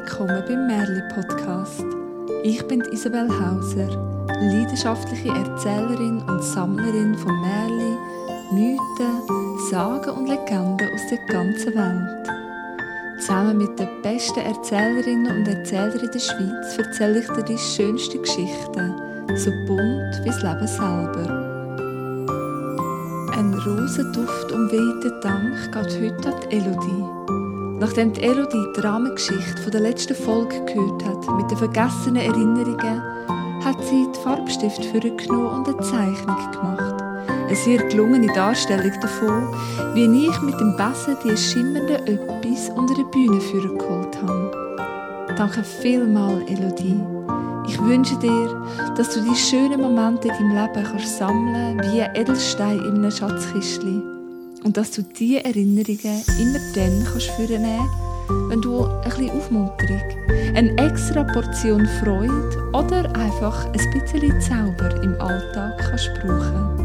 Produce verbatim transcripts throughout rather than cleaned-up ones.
willkommen beim Märli-Podcast. Ich bin Isabel Hauser, leidenschaftliche Erzählerin und Sammlerin von Märli, Mythen, Sagen und Legenden aus der ganzen Welt. Zusammen mit den besten Erzählerinnen und Erzählern in der Schweiz erzähle ich dir die schönsten Geschichten, so bunt wie das Leben selber. Ein Rosenduft umwehter Dank geht heute an die Elodie. Nachdem die Elodie die Rahmengeschichte von der letzten Folge gehört hat, mit den vergessenen Erinnerungen, hat sie die Farbstift vorgenommen und eine Zeichnung gemacht. Eine sehr gelungene Darstellung davon, wie ich mit dem Besen die schimmernden Öppis unter der Bühne geholt habe. Danke vielmals, Elodie. Ich wünsche dir, dass du die schönen Momente in deinem Leben kannst sammeln wie ein Edelstein in einem Schatzkistchen. Und dass du diese Erinnerungen immer dann kannst vornehmen, wenn du ein bisschen Aufmunterung, eine extra Portion Freude oder einfach ein bisschen Zauber im Alltag kannst brauchen.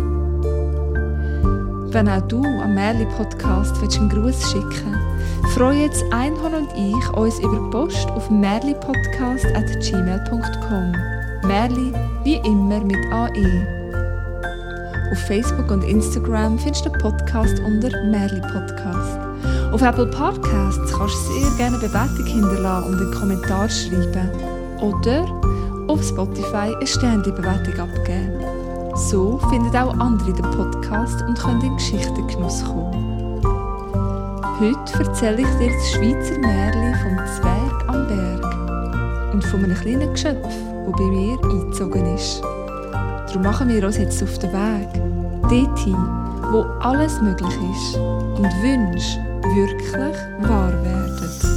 Wenn auch du am Märli-Podcast einen Gruß schicken willst, freuen jetzt Einhorn und ich uns über die Post auf märlipodcast at gmail punkt com. Märli wie immer mit A E. Auf Facebook und Instagram findest du den Podcast unter Märli-Podcast. Auf Apple Podcasts kannst du sehr gerne eine Bewertung hinterlassen und einen Kommentar schreiben. Oder auf Spotify eine Sternchen-Bewertung abgeben. So finden auch andere den Podcast und können in Geschichtengenuss kommen. Heute erzähle ich dir das Schweizer Märli vom Zwerg am Berg und von einem kleinen Geschöpf, das bei mir eingezogen ist. Darum machen wir uns jetzt auf den Weg, dorthin, wo alles möglich ist und Wünsche wirklich wahr werden.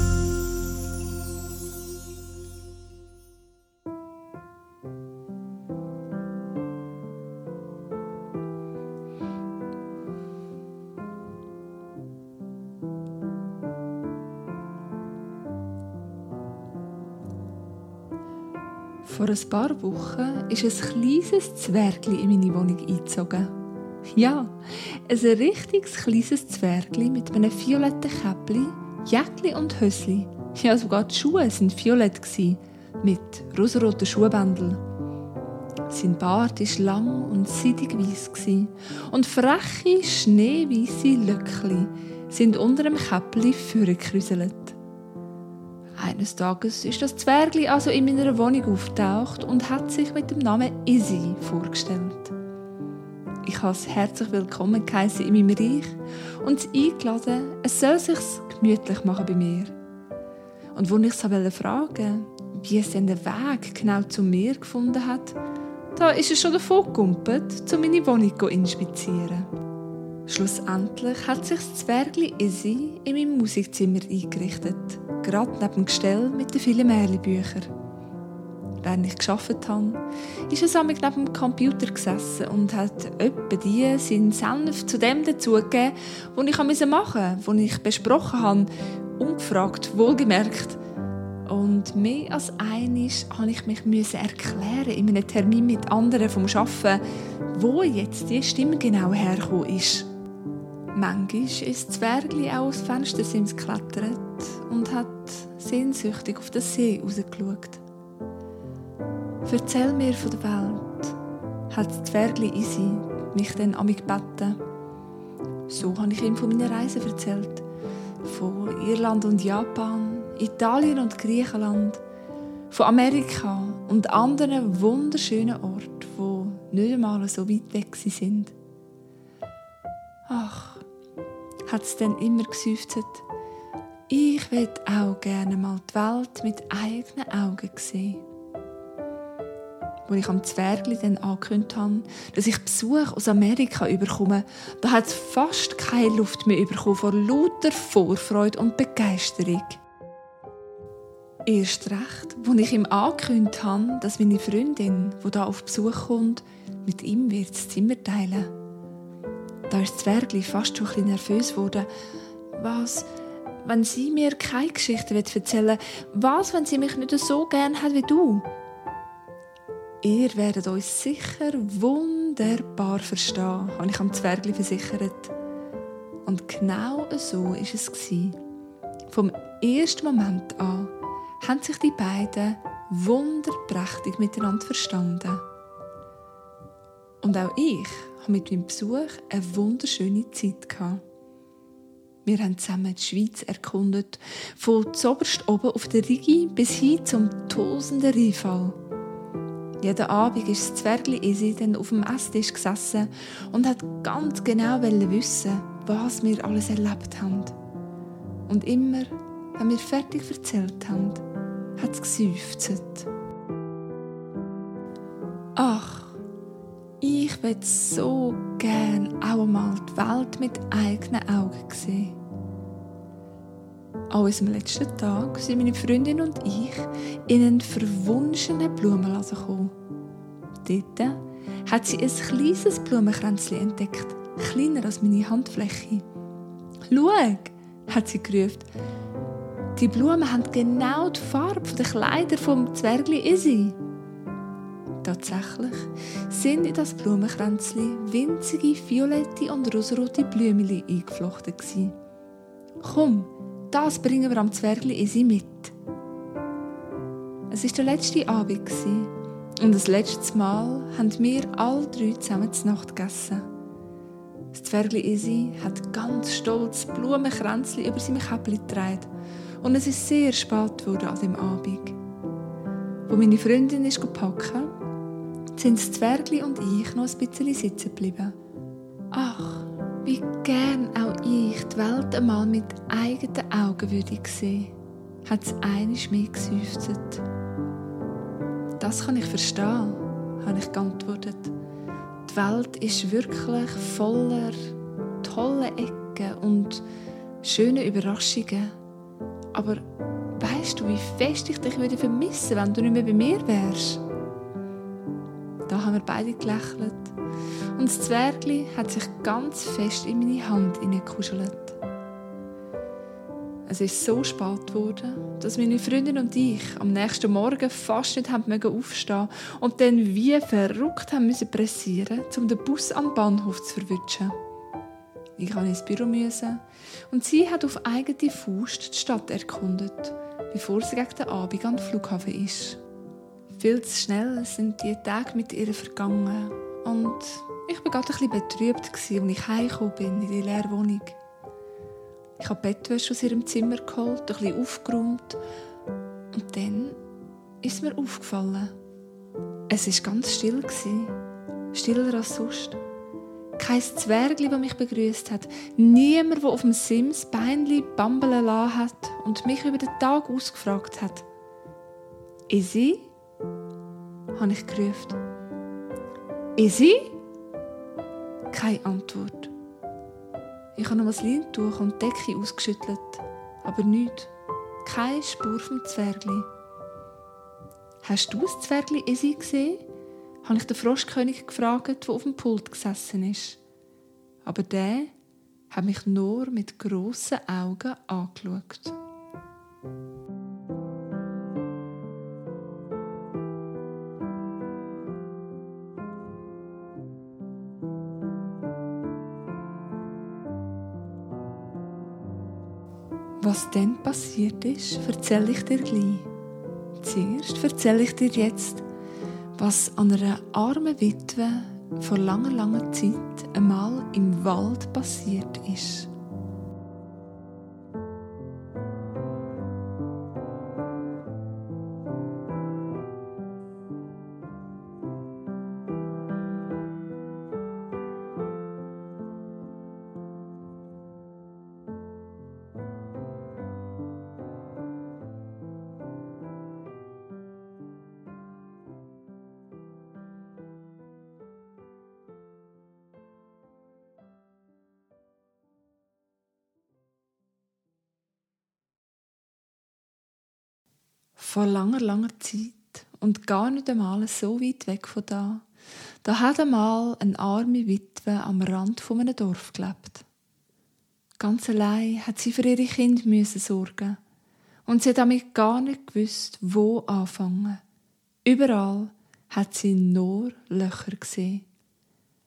Vor ein paar Wochen ist ein kleines Zwergli in meine Wohnung eingezogen. Ja, ein richtiges kleines Zwergli mit einem violetten Käppli, Jäckli und Hösli. Ja, sogar die Schuhe waren violett, mit rosaroten Schuhbändeln. Sein Bart war lang und seidig weiss und freche, schneeweisse Löckli sind unter dem Käppli vorgekräuselt. Eines Tages ist das Zwergli also in meiner Wohnung aufgetaucht und hat sich mit dem Namen Izzy vorgestellt. Ich habe es herzlich willkommen geheißen in meinem Reich und es eingeladen, es soll sich gemütlich machen bei mir. Und als ich es fragen wollte, wie es denn den Weg genau zu mir gefunden hat, da ist es schon davon gegumpelt, um meine Wohnung zu inspizieren. Schlussendlich hat sich das Zwergli Izzy in meinem Musikzimmer eingerichtet, gerade neben dem Gestell mit den vielen Märli-Büchern. Während ich gearbeitet habe, ist es neben dem Computer gesessen und hat etwa die seinen Senf zu dem dazugegeben, was ich machen musste, was ich besprochen habe, ungefragt, wohlgemerkt. Und mehr als einmal musste ich mich erklären in einem Termin mit anderen vom Arbeiten, wo jetzt die Stimme genau hergekommen ist. Manchmal ist das Zwergli auch aus Fenstersims geklettert und hat sehnsüchtig auf den See rausgeschaut. «Erzähl mir von der Welt», hat das Zwergli Izzy mich dann an mich gebeten. So habe ich ihm von meiner Reise erzählt. Von Irland und Japan, Italien und Griechenland, von Amerika und anderen wunderschönen Orten, die nicht einmal so weit weg sind. Ach, hat es dann immer geseufzt. Ich will auch gerne mal die Welt mit eigenen Augen sehen. Als ich am Zwergli dann angekündigt habe, dass ich Besuch aus Amerika überkomme, da hat es fast keine Luft mehr bekommen vor lauter Vorfreude und Begeisterung. Erst recht, als ich ihm angekündigt habe, dass meine Freundin, die hier auf Besuch kommt, mit ihm wird das Zimmer teilen. Da ist das Zwergli fast schon ein bisschen nervös geworden. Was, wenn sie mir keine Geschichte erzählen will? Was, wenn sie mich nicht so gerne hat wie du? Ihr werdet uns sicher wunderbar verstehen, habe ich am Zwergli versichert. Und genau so war es. Vom ersten Moment an haben sich die beiden wunderprächtig miteinander verstanden. Und auch ich hatte mit meinem Besuch eine wunderschöne Zeit gehabt. Wir haben zusammen die Schweiz erkundet, von zoberst oben auf der Rigi bis hin zum tosenden Rheinfall. Jeden Abend ist das Zwergli Isi dann auf dem Esstisch gesessen und hat ganz genau wissen, was wir alles erlebt haben. Und immer, wenn wir fertig erzählt haben, hat es geseufzt. Ach, ich würde so gern auch einmal die Welt mit eigenen Augen sehen. An unserem letzten Tag sind meine Freundin und ich in einen verwunschenen Blumenladen gekommen. Dort hat sie ein kleines Blumenkränzchen entdeckt, kleiner als meine Handfläche. «Schau!» hat sie gerufen. «Die Blumen haben genau die Farbe der Kleider vom Zwergli Isi.» Tatsächlich sind in das Blumenkränzchen winzige violette und rosarote Blümchen eingeflochten gewesen. «Komm, das bringen wir am Zwergli Isi mit.» Es war der letzte Abend und das letzte Mal haben wir alle drei zusammen zu Nacht gegessen. Das Zwergli Isi hat ganz stolz Blumenkränzchen über seinem Käppli getragen und es ist sehr spät geworden an dem Abend. Wo meine Freundin ist packen, sind das Zwergli und ich noch ein bisschen sitzen geblieben. Ach, wie gern auch ich die Welt einmal mit eigenen Augen würde sehen, hat es einmal mehr geseufzt. «Das kann ich verstehen», habe ich geantwortet. «Die Welt ist wirklich voller toller Ecken und schöner Überraschungen. Aber weisst du, wie fest ich dich würde vermissen, wenn du nicht mehr bei mir wärst?» Da haben wir beide gelächelt und das Zwergli hat sich ganz fest in meine Hand hineingekuschelt. Es ist so spät geworden, dass meine Freundin und ich am nächsten Morgen fast nicht haben aufstehen und dann wie verrückt haben müssen pressieren, um den Bus am Bahnhof zu verwischen. Ich musste ins Büro und sie hat auf eigene Faust die Stadt erkundet, bevor sie gegen den Abend an den Flughafen ist. Viel zu schnell sind die Tage mit ihr vergangen und ich war gerade ein bisschen betrübt, als ich heimgekommen bin in die leere Wohnung. Ich habe die Bettwäsche aus ihrem Zimmer geholt, ein bisschen aufgeräumt und dann ist mir aufgefallen. Es war ganz still, stiller als sonst. Kein Zwergli, das mich begrüßt hat, niemand, der auf dem Sims Beinli bambeln lassen hat und mich über den Tag ausgefragt hat. «Isi?» habe ich gerufen. «Isi?» Keine Antwort. Ich habe noch das Leintuch und die Decke ausgeschüttelt, aber nichts. Keine Spur vom Zwergli. «Hast du das Zwergli Isi gesehen?» habe ich den Froschkönig gefragt, der auf dem Pult gesessen ist. Aber der hat mich nur mit grossen Augen angeschaut. Was dann passiert ist, erzähle ich dir gleich. Zuerst erzähle ich dir jetzt, was an einer armen Witwe vor langer, langer Zeit einmal im Wald passiert ist. Vor langer, langer Zeit und gar nicht einmal so weit weg von da, da hat einmal eine arme Witwe am Rand von einem Dorf gelebt. Ganz allein hat sie für ihre Kinder müssen sorgen und sie hat damit gar nicht gewusst, wo anfangen. Überall hat sie nur Löcher gesehen.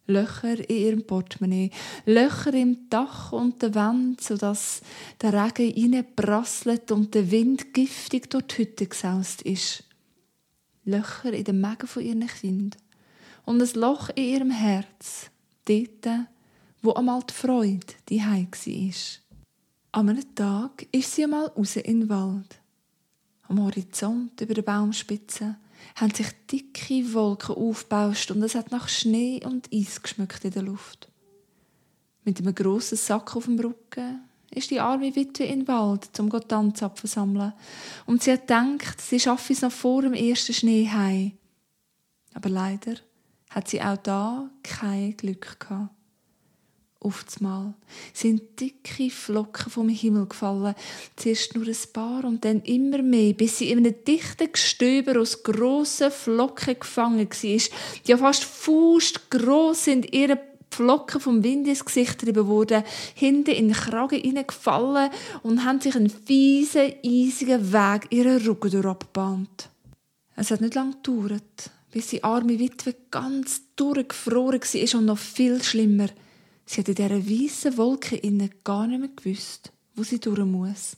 Löcher in ihrem Portemonnaie, Löcher im Dach und der Wand, sodass der Regen reinprasselt und der Wind giftig durch die Hütte gesaust ist. Löcher in den Mägen von ihren Kindern und ein Loch in ihrem Herz, dort, wo einmal die Freude die Heim war. An einem Tag ist sie einmal raus in den Wald. Am Horizont über der Baumspitze haben sich dicke Wolken aufgebauscht und es hat nach Schnee und Eis geschmeckt in der Luft. Mit einem grossen Sack auf dem Rücken ist die arme Witwe in den Wald, um Tanzapfen zu sammeln. Und sie hat gedacht, sie schaffe es noch vor dem ersten Schnee heim. Aber leider hat sie auch da kein Glück gehabt. Auf einmal sind dicke Flocken vom Himmel gefallen, zuerst nur ein paar und dann immer mehr, bis sie in einem dichten Gestöber aus grossen Flocken gefangen war, die ja fast faustgross sind, ihre Flocken vom Wind ins Gesicht getrieben wurden, hinten in den Kragen hineingefallen und haben sich einen fiesen, eisigen Weg ihren Rücken durchgebahnt. Es hat nicht lange gedauert, bis die arme Witwe ganz durchgefroren war und noch viel schlimmer. Sie hat in dieser weißen Wolke innen gar nicht mehr gewusst, wo sie durch muss.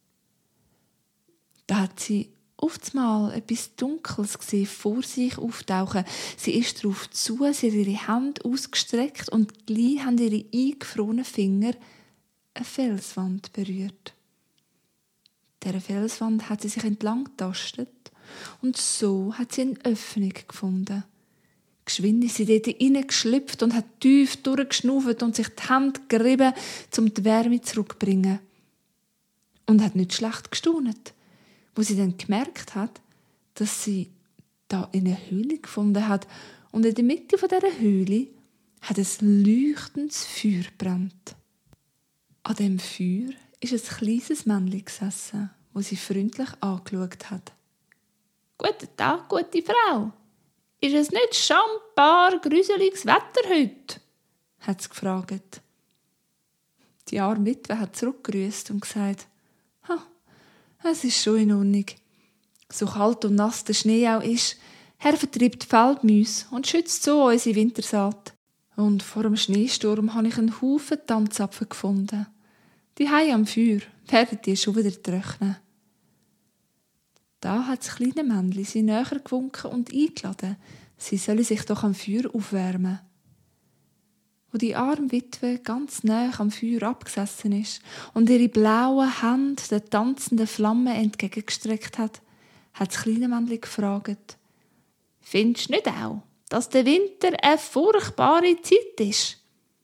Da hat sie auf einmal etwas Dunkles gesehen, vor sich auftauchen. Sie ist darauf zu, sie hat ihre Hände ausgestreckt und gleich haben ihre eingefrorenen Finger eine Felswand berührt. Dieser Felswand hat sie sich entlang getastet und so hat sie eine Öffnung gefunden. Geschwind ist sie dort hineingeschlüpft und hat tief durchgeschnauft und sich die Hände gerieben, um die Wärme zurückzubringen. Und hat nicht schlecht gestaunet, wo sie dann gemerkt hat, dass sie da eine Höhle gefunden hat und in der Mitte dieser Höhle hat ein leuchtendes Feuer gebrannt. An dem Feuer ist ein kleines Männchen gesessen, das sie freundlich angeschaut hat. «Guten Tag, gute Frau! Ist es nicht schambar gruseliges Wetter heute?» hat sie gefragt. Die arme Witwe hat zurückgerüßt und gesagt, «Ha, es ist schon in Ordnung. So kalt und nass der Schnee auch ist, Herr vertreibt Feldmäuse und schützt so unsere Wintersaat. Und vor dem Schneesturm habe ich einen Haufen Tanzapfen gefunden. Die Hei am Feuer werden die schon wieder trocknen.» Da hat das kleine Männchen sie näher gewunken und eingeladen, sie solle sich doch am Feuer aufwärmen. Wo die arme Witwe ganz nahe am Feuer abgesessen ist und ihre blauen Hände der tanzenden Flamme entgegengestreckt hat, hat das kleine Männchen gefragt, «Findest du nicht auch, dass der Winter eine furchtbare Zeit ist?»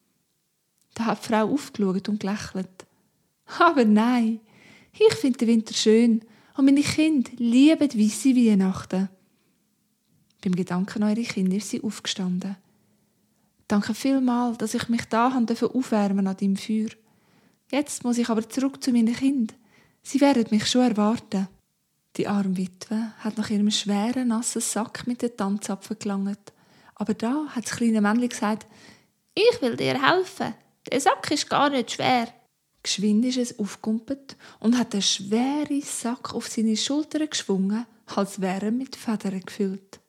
Da hat die Frau aufgeschaut und gelächelt. «Aber nein, ich finde den Winter schön und meine Kinder lieben die weisse Weihnachten.» Beim Gedanken an ihre Kinder ist sie aufgestanden. «Danke vielmals, dass ich mich da aufwärmen an deinem Feuer. Jetzt muss ich aber zurück zu meinen Kindern. Sie werden mich schon erwarten.» Die arme Witwe hat nach ihrem schweren, nassen Sack mit den Tanzapfen gelangt. Aber da hat das kleine Männchen gesagt, «Ich will dir helfen. Der Sack ist gar nicht schwer.» Geschwind ist es aufgekumpelt und hat den schweren Sack auf seine Schultern geschwungen, als wäre er mit Federn gefüllt.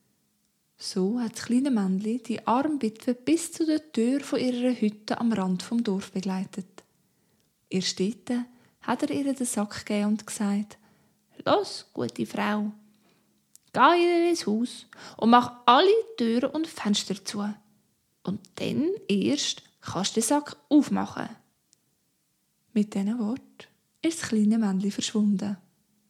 So hat das kleine Männchen die arme Witwe bis zu der Tür von ihrer Hütte am Rand vom Dorf begleitet. Erst dort hat er ihr den Sack gegeben und gesagt, «Los, gute Frau, geh ins Haus und mach alle Türen und Fenster zu. Und dann erst kannst du den Sack aufmachen.» Mit diesen Worten ist das kleine Männchen verschwunden.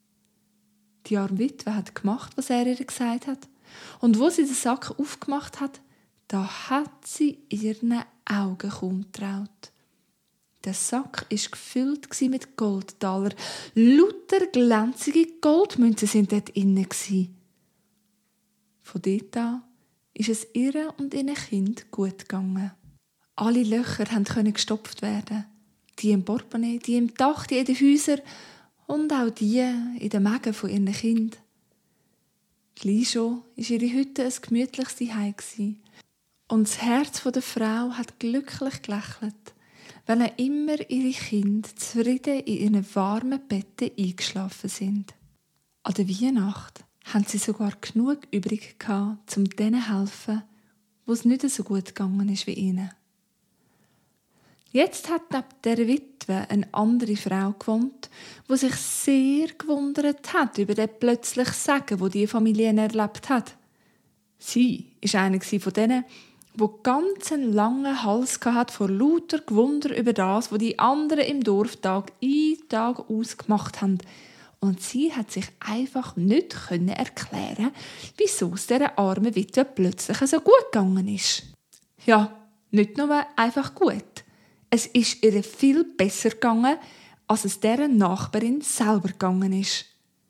Die arme Witwe hat gemacht, was er ihr gesagt hat. Und wo sie den Sack aufgemacht hat, da hat sie ihren Augen kaum getraut. Der Sack war gefüllt mit Goldtaler. Lauter glänzige Goldmünzen sind dort inne. Von dort an ist es ihr und ihren Kind gut gegangen. Alle Löcher konnten gestopft werden. Die im Portemonnaie, die im Dach, die in den Häusern und auch die in den Mägen von ihren Kindern. Gleich schon war ihre Hütte ein gemütliches Zuhause. Und das Herz der Frau hat glücklich gelächelt, wenn immer ihre Kinder zufrieden in ihren warmen Betten eingeschlafen sind. An der Weihnacht haben sie sogar genug übrig gehabt, um denen zu helfen, wo es nicht so gut gegangen ist wie ihnen. Jetzt hat neben der Witwe eine andere Frau gewohnt, die sich sehr gewundert hat über den plötzlichen Segen, wo die Familie erlebt hat. Sie war eine von denen, die ganz einen langen Hals hatte vor lauter Gewunder über das, was die anderen im Dorf Tag ein, Tag aus gemacht haben. Und sie hat sich einfach nicht erklären, wieso es dieser armen Witwe plötzlich so gut gegangen ist. Ja, nicht nur einfach gut. Es ist ihr viel besser gegangen, als es deren Nachbarin selber gegangen ist.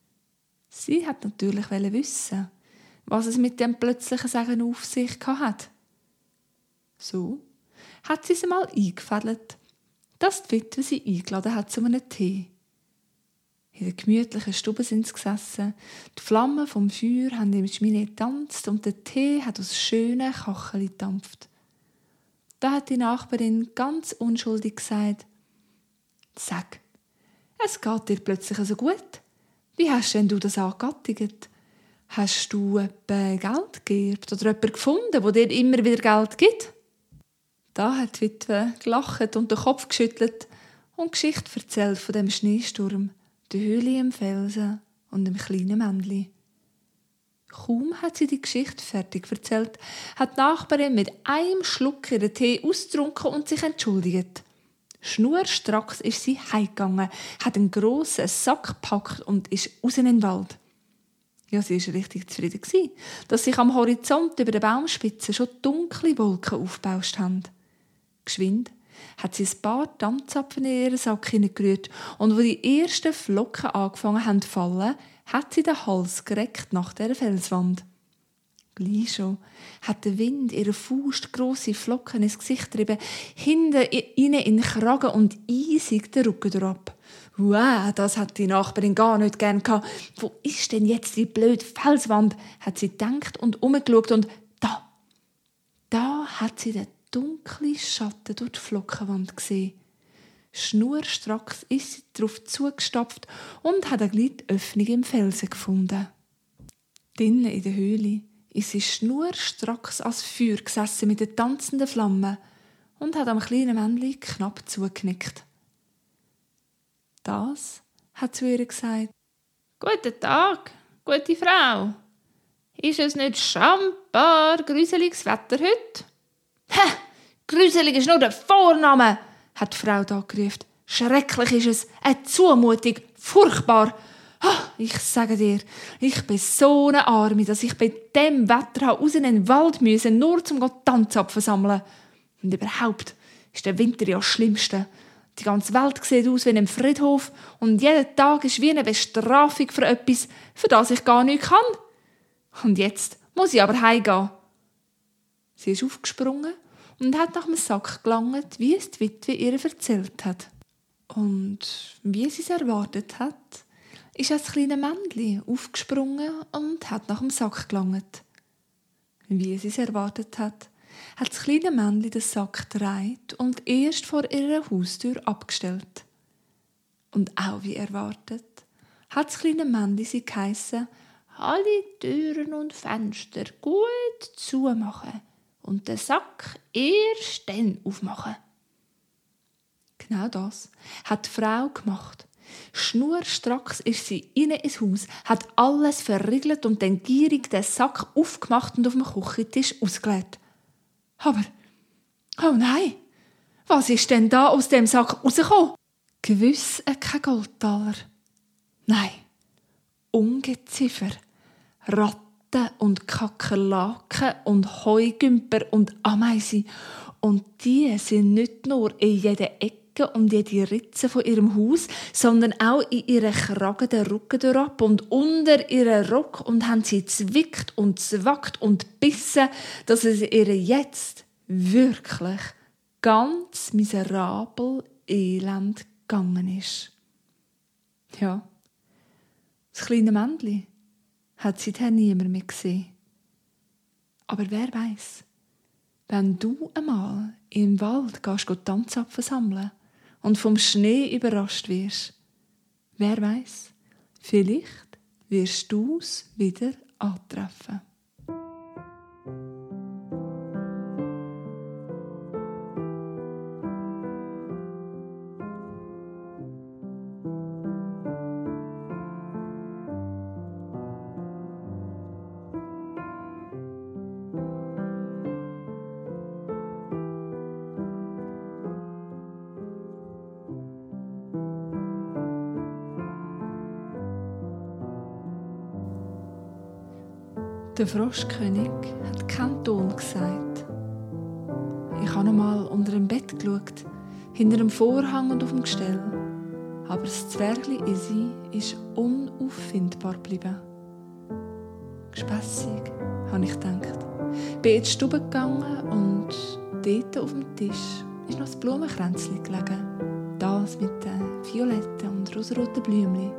Sie hat natürlich wissen, was es mit dem plötzlichen Segen auf sich hatte. So hat sie sie mal eingefädelt, dass die Witwe sie eingeladen hat zu einem Tee. In der gemütlichen Stube sind sie gesessen, die Flammen vom Feuer haben im Schmine getanzt und der Tee hat aus schönen Kacheln gedampft. Da hat die Nachbarin ganz unschuldig gesagt: «Sag, es geht dir plötzlich so gut. Wie hast denn du das angegattigt? Hast du etwa Geld geerbt oder jemanden gefunden, der dir immer wieder Geld gibt?» Da hat die Witwe gelacht und den Kopf geschüttelt und Geschichte erzählt von dem Schneesturm, der Höhle im Felsen und dem kleinen Männli. Kaum hat sie die Geschichte fertig erzählt, hat die Nachbarin mit einem Schluck ihren Tee ausgetrunken und sich entschuldigt. Schnurstracks ist sie heimgegangen, hat einen grossen Sack gepackt und ist raus in den Wald. Ja, sie war richtig zufrieden, dass sich am Horizont über den Baumspitzen schon dunkle Wolken aufgebauscht haben. Geschwind hat sie ein paar Tannzapfen in ihren Sack hineingerührt und wo die ersten Flocken angefangen haben zu fallen, hat sie den Hals gereckt nach dieser Felswand. Gleich schon hat der Wind ihre faustgrosse Flocken ins Gesicht getrieben, hinten in den Kragen und eisig den Rücken durchab. «Wow, das hat die Nachbarin gar nicht gern gehabt. Wo ist denn jetzt die blöde Felswand?» hat sie gedacht und umgeschaut und da, da hat sie den dunklen Schatten durch die Flockenwand gesehen. Schnurstracks ist sie darauf zugestapft und hat eine kleine Öffnung im Felsen gefunden. Drinnen in der Höhle ist sie schnurstracks als Feuer gesessen mit den tanzenden Flammen und hat am kleinen Männchen knapp zugeknickt. Das hat zu ihr gesagt: «Guten Tag, gute Frau. Ist es nicht schambar gruseliges Wetter heute?» «Hä, gruselig ist nur der Vorname!» hat die Frau da gerufen. «Schrecklich ist es, eine Zumutung, furchtbar. Ah, ich sage dir, ich bin so eine Arme, dass ich bei dem Wetter raus in den Wald müsse, nur zum Tanzapfen sammeln. Und überhaupt ist der Winter ja das Schlimmste. Die ganze Welt sieht aus wie ein Friedhof und jeder Tag ist wie eine Bestrafung für etwas, für das ich gar nichts kann. Und jetzt muss ich aber heimgehen.» Sie ist aufgesprungen und hat nach dem Sack gelangt, wie es die Witwe ihr erzählt hat. Und wie sie es erwartet hat, ist das kleine Männchen aufgesprungen und hat nach dem Sack gelangt. Wie sie es erwartet hat, hat das kleine Männchen den Sack gedreht und erst vor ihrer Haustür abgestellt. Und auch wie erwartet, hat das kleine Männchen sie geheissen, alle Türen und Fenster gut zumachen und den Sack erst dann aufmachen. Genau das hat die Frau gemacht. Schnurstracks ist sie rein ins Haus, hat alles verriegelt und dann gierig den Sack aufgemacht und auf dem Küchentisch ausgelegt. Aber, oh nein, was ist denn da aus dem Sack rausgekommen? Gewiss kein Goldtaler. Nein, Ungeziefer, Ratten und Kakerlaken und Heugümper und Ameisen. Und die sind nicht nur in jeder Ecke und jede Ritze von ihrem Haus, sondern auch in ihren Kragen den Rücken durchab und unter ihren Rock und haben sie zwickt und zwackt und bissen, dass es ihr jetzt wirklich ganz miserabel elend gegangen ist. Ja, das kleine Männchen hat seither niemand mehr gesehen. Aber wer weiß, wenn du einmal im Wald gehst, Tanzapfen sammeln und vom Schnee überrascht wirst, wer weiß, vielleicht wirst du es wieder antreffen. Der Froschkönig hat keinen Ton gesagt. Ich habe noch mal unter dem Bett geschaut, hinter dem Vorhang und auf dem Gestell. Aber das Zwergli Isi ist unauffindbar geblieben. Gespässig, habe ich gedacht. Bin in die Stube gegangen und dort auf dem Tisch ist noch das Blumenkränzchen gelegen. Das mit den violetten und rosaroten Blümchen.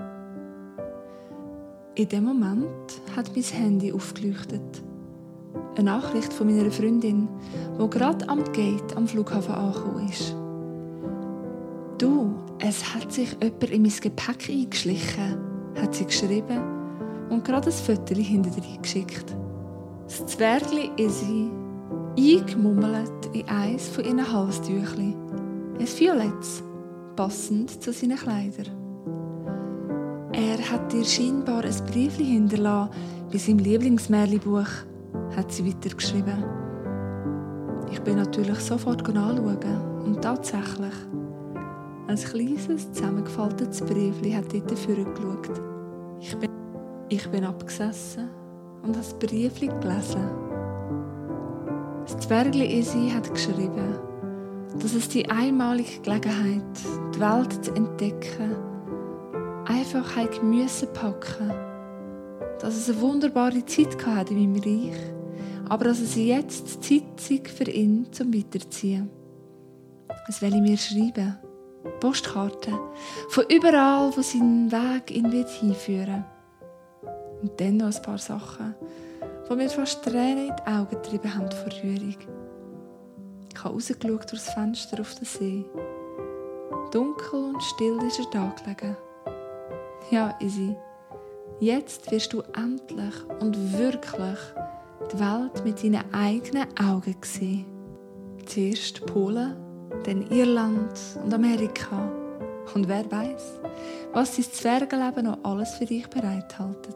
In dem Moment hat mein Handy aufgeleuchtet. Eine Nachricht von meiner Freundin, die gerade am Gate am Flughafen angekommen ist. «Du, es hat sich jemand in mein Gepäck eingeschlichen», hat sie geschrieben und gerade ein Foto hinterher geschickt. Das Zwergli Isi, eingemummelt in eins von ihren Halstüchli. Ein violettes, passend zu seinen Kleidern. Er hat dir scheinbar ein Briefli hinterlassen bei seinem Lieblingsmärchenbuch, hat sie weitergeschrieben. Ich bin natürlich sofort anschauen und tatsächlich, ein kleines, zusammengefaltetes Briefli hat dort vorgeschaut. Ich bin, ich bin abgesessen und habe das Briefli gelesen. Das Zwergli Isi hat geschrieben, dass es die einmalige Gelegenheit, die Welt zu entdecken, einfach hat müssen packen, dass es eine wunderbare Zeit hatte in meinem Reich, aber dass es jetzt Zeit sei für ihn zum Weiterziehen. Es will ich mir schreiben, Postkarten, von überall, wo sein Weg ihn wird hinführen. Und dann noch ein paar Sachen, die mir fast Tränen in die Augen getrieben haben vor Rührung. Ich habe rausgeschaut durchs Fenster auf den See. Dunkel und still ist er da gelegen. Ja, Isi, jetzt wirst du endlich und wirklich die Welt mit deinen eigenen Augen sehen. Zuerst Polen, dann Irland und Amerika. Und wer weiß, was dein Zwergenleben noch alles für dich bereithält.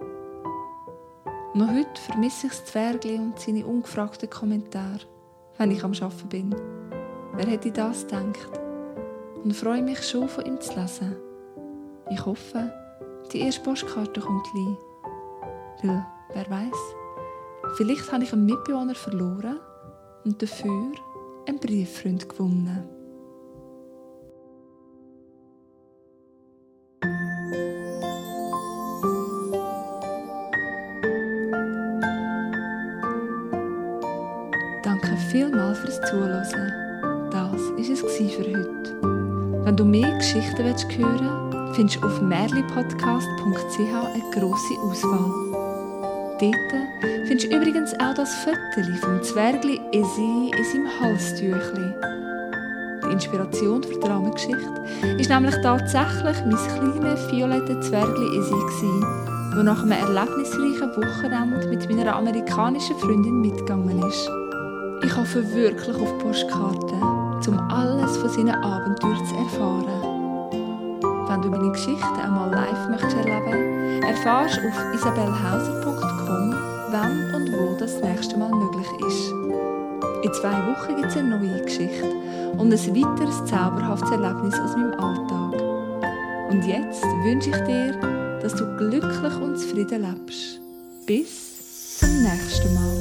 Noch heute vermisse ich das Zwergli und seine ungefragten Kommentare, wenn ich am Arbeiten bin. Wer hätte das gedacht? Und freue mich schon, von ihm zu lesen. Ich hoffe, die erste Postkarte kommt gleich. Weil, wer weiß, vielleicht habe ich einen Mitbewohner verloren und dafür einen Brieffreund gewonnen. Danke vielmals fürs Zuhören. Das war es für heute. Wenn du mehr Geschichten hören willst, findest du auf merlipodcast punkt c h eine grosse Auswahl. Dort findest du übrigens auch das Foto vom Zwergli Isi in seinem Halstüchli. Die Inspiration für die Rahmengeschichte war nämlich tatsächlich mein kleines violettes Zwergli Isi, das nach einem erlebnisreichen Wochenende mit meiner amerikanischen Freundin mitgegangen ist. Ich hoffe wirklich auf Postkarten, um alles von seinen Abenteuern zu erfahren. Wenn du meine Geschichten einmal live möchtest erleben, erfährst du auf isabellhauser punkt com, wann und wo das nächste Mal möglich ist. In zwei Wochen gibt es eine neue Geschichte und ein weiteres zauberhaftes Erlebnis aus meinem Alltag. Und jetzt wünsche ich dir, dass du glücklich und zufrieden lebst. Bis zum nächsten Mal.